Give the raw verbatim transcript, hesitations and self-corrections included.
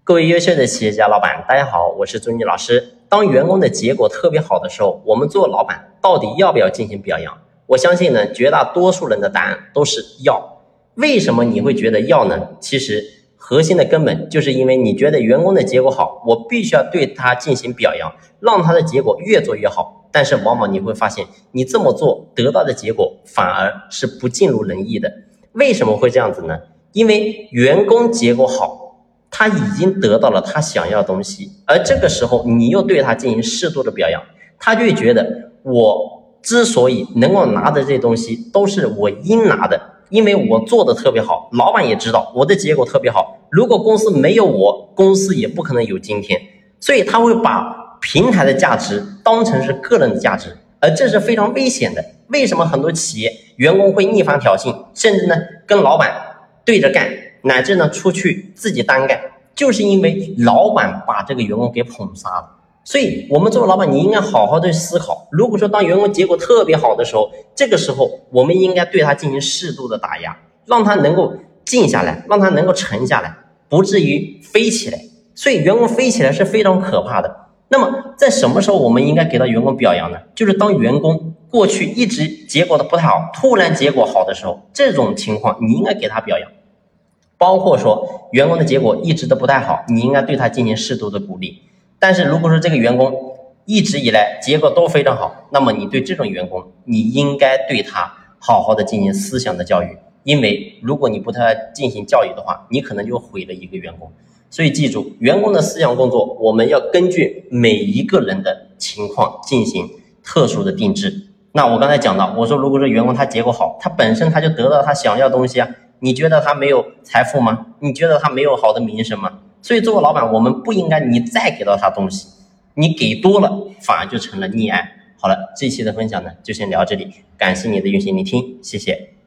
各位优秀的企业家老板，大家好，我是朱妮老师。当员工的结果特别好的时候，我们做老板到底要不要进行表扬？我相信呢，绝大多数人的答案都是要。为什么你会觉得要呢？其实核心的根本就是因为你觉得员工的结果好，我必须要对他进行表扬，让他的结果越做越好。但是往往你会发现，你这么做得到的结果反而是不尽如人意的。为什么会这样子呢？因为员工结果好，他已经得到了他想要的东西，而这个时候你又对他进行适度的表扬，他就会觉得我之所以能够拿的这些东西都是我应拿的，因为我做的特别好，老板也知道我的结果特别好，如果公司没有我，公司也不可能有今天，所以他会把平台的价值当成是个人的价值，而这是非常危险的。为什么很多企业员工会逆反挑衅，甚至呢跟老板对着干，乃至呢出去自己单干，就是因为老板把这个员工给捧杀了。所以我们作为老板，你应该好好的思考，如果说当员工结果特别好的时候，这个时候我们应该对他进行适度的打压，让他能够静下来，让他能够沉下来，不至于飞起来。所以员工飞起来是非常可怕的。那么在什么时候我们应该给到员工表扬呢？就是当员工过去一直结果的不太好，突然结果好的时候，这种情况你应该给他表扬。包括说员工的结果一直都不太好，你应该对他进行适度的鼓励。但是如果说这个员工一直以来结果都非常好，那么你对这种员工，你应该对他好好的进行思想的教育，因为如果你不对他进行教育的话，你可能就毁了一个员工。所以记住，员工的思想工作，我们要根据每一个人的情况进行特殊的定制。那我刚才讲到，我说如果说员工他结果好，他本身他就得到他想要的东西啊，你觉得他没有财富吗？你觉得他没有好的名声吗？所以作为老板，我们不应该你再给到他东西，你给多了反而就成了溺爱。好了，这一期的分享呢就先聊这里，感谢你的用心聆听，谢谢。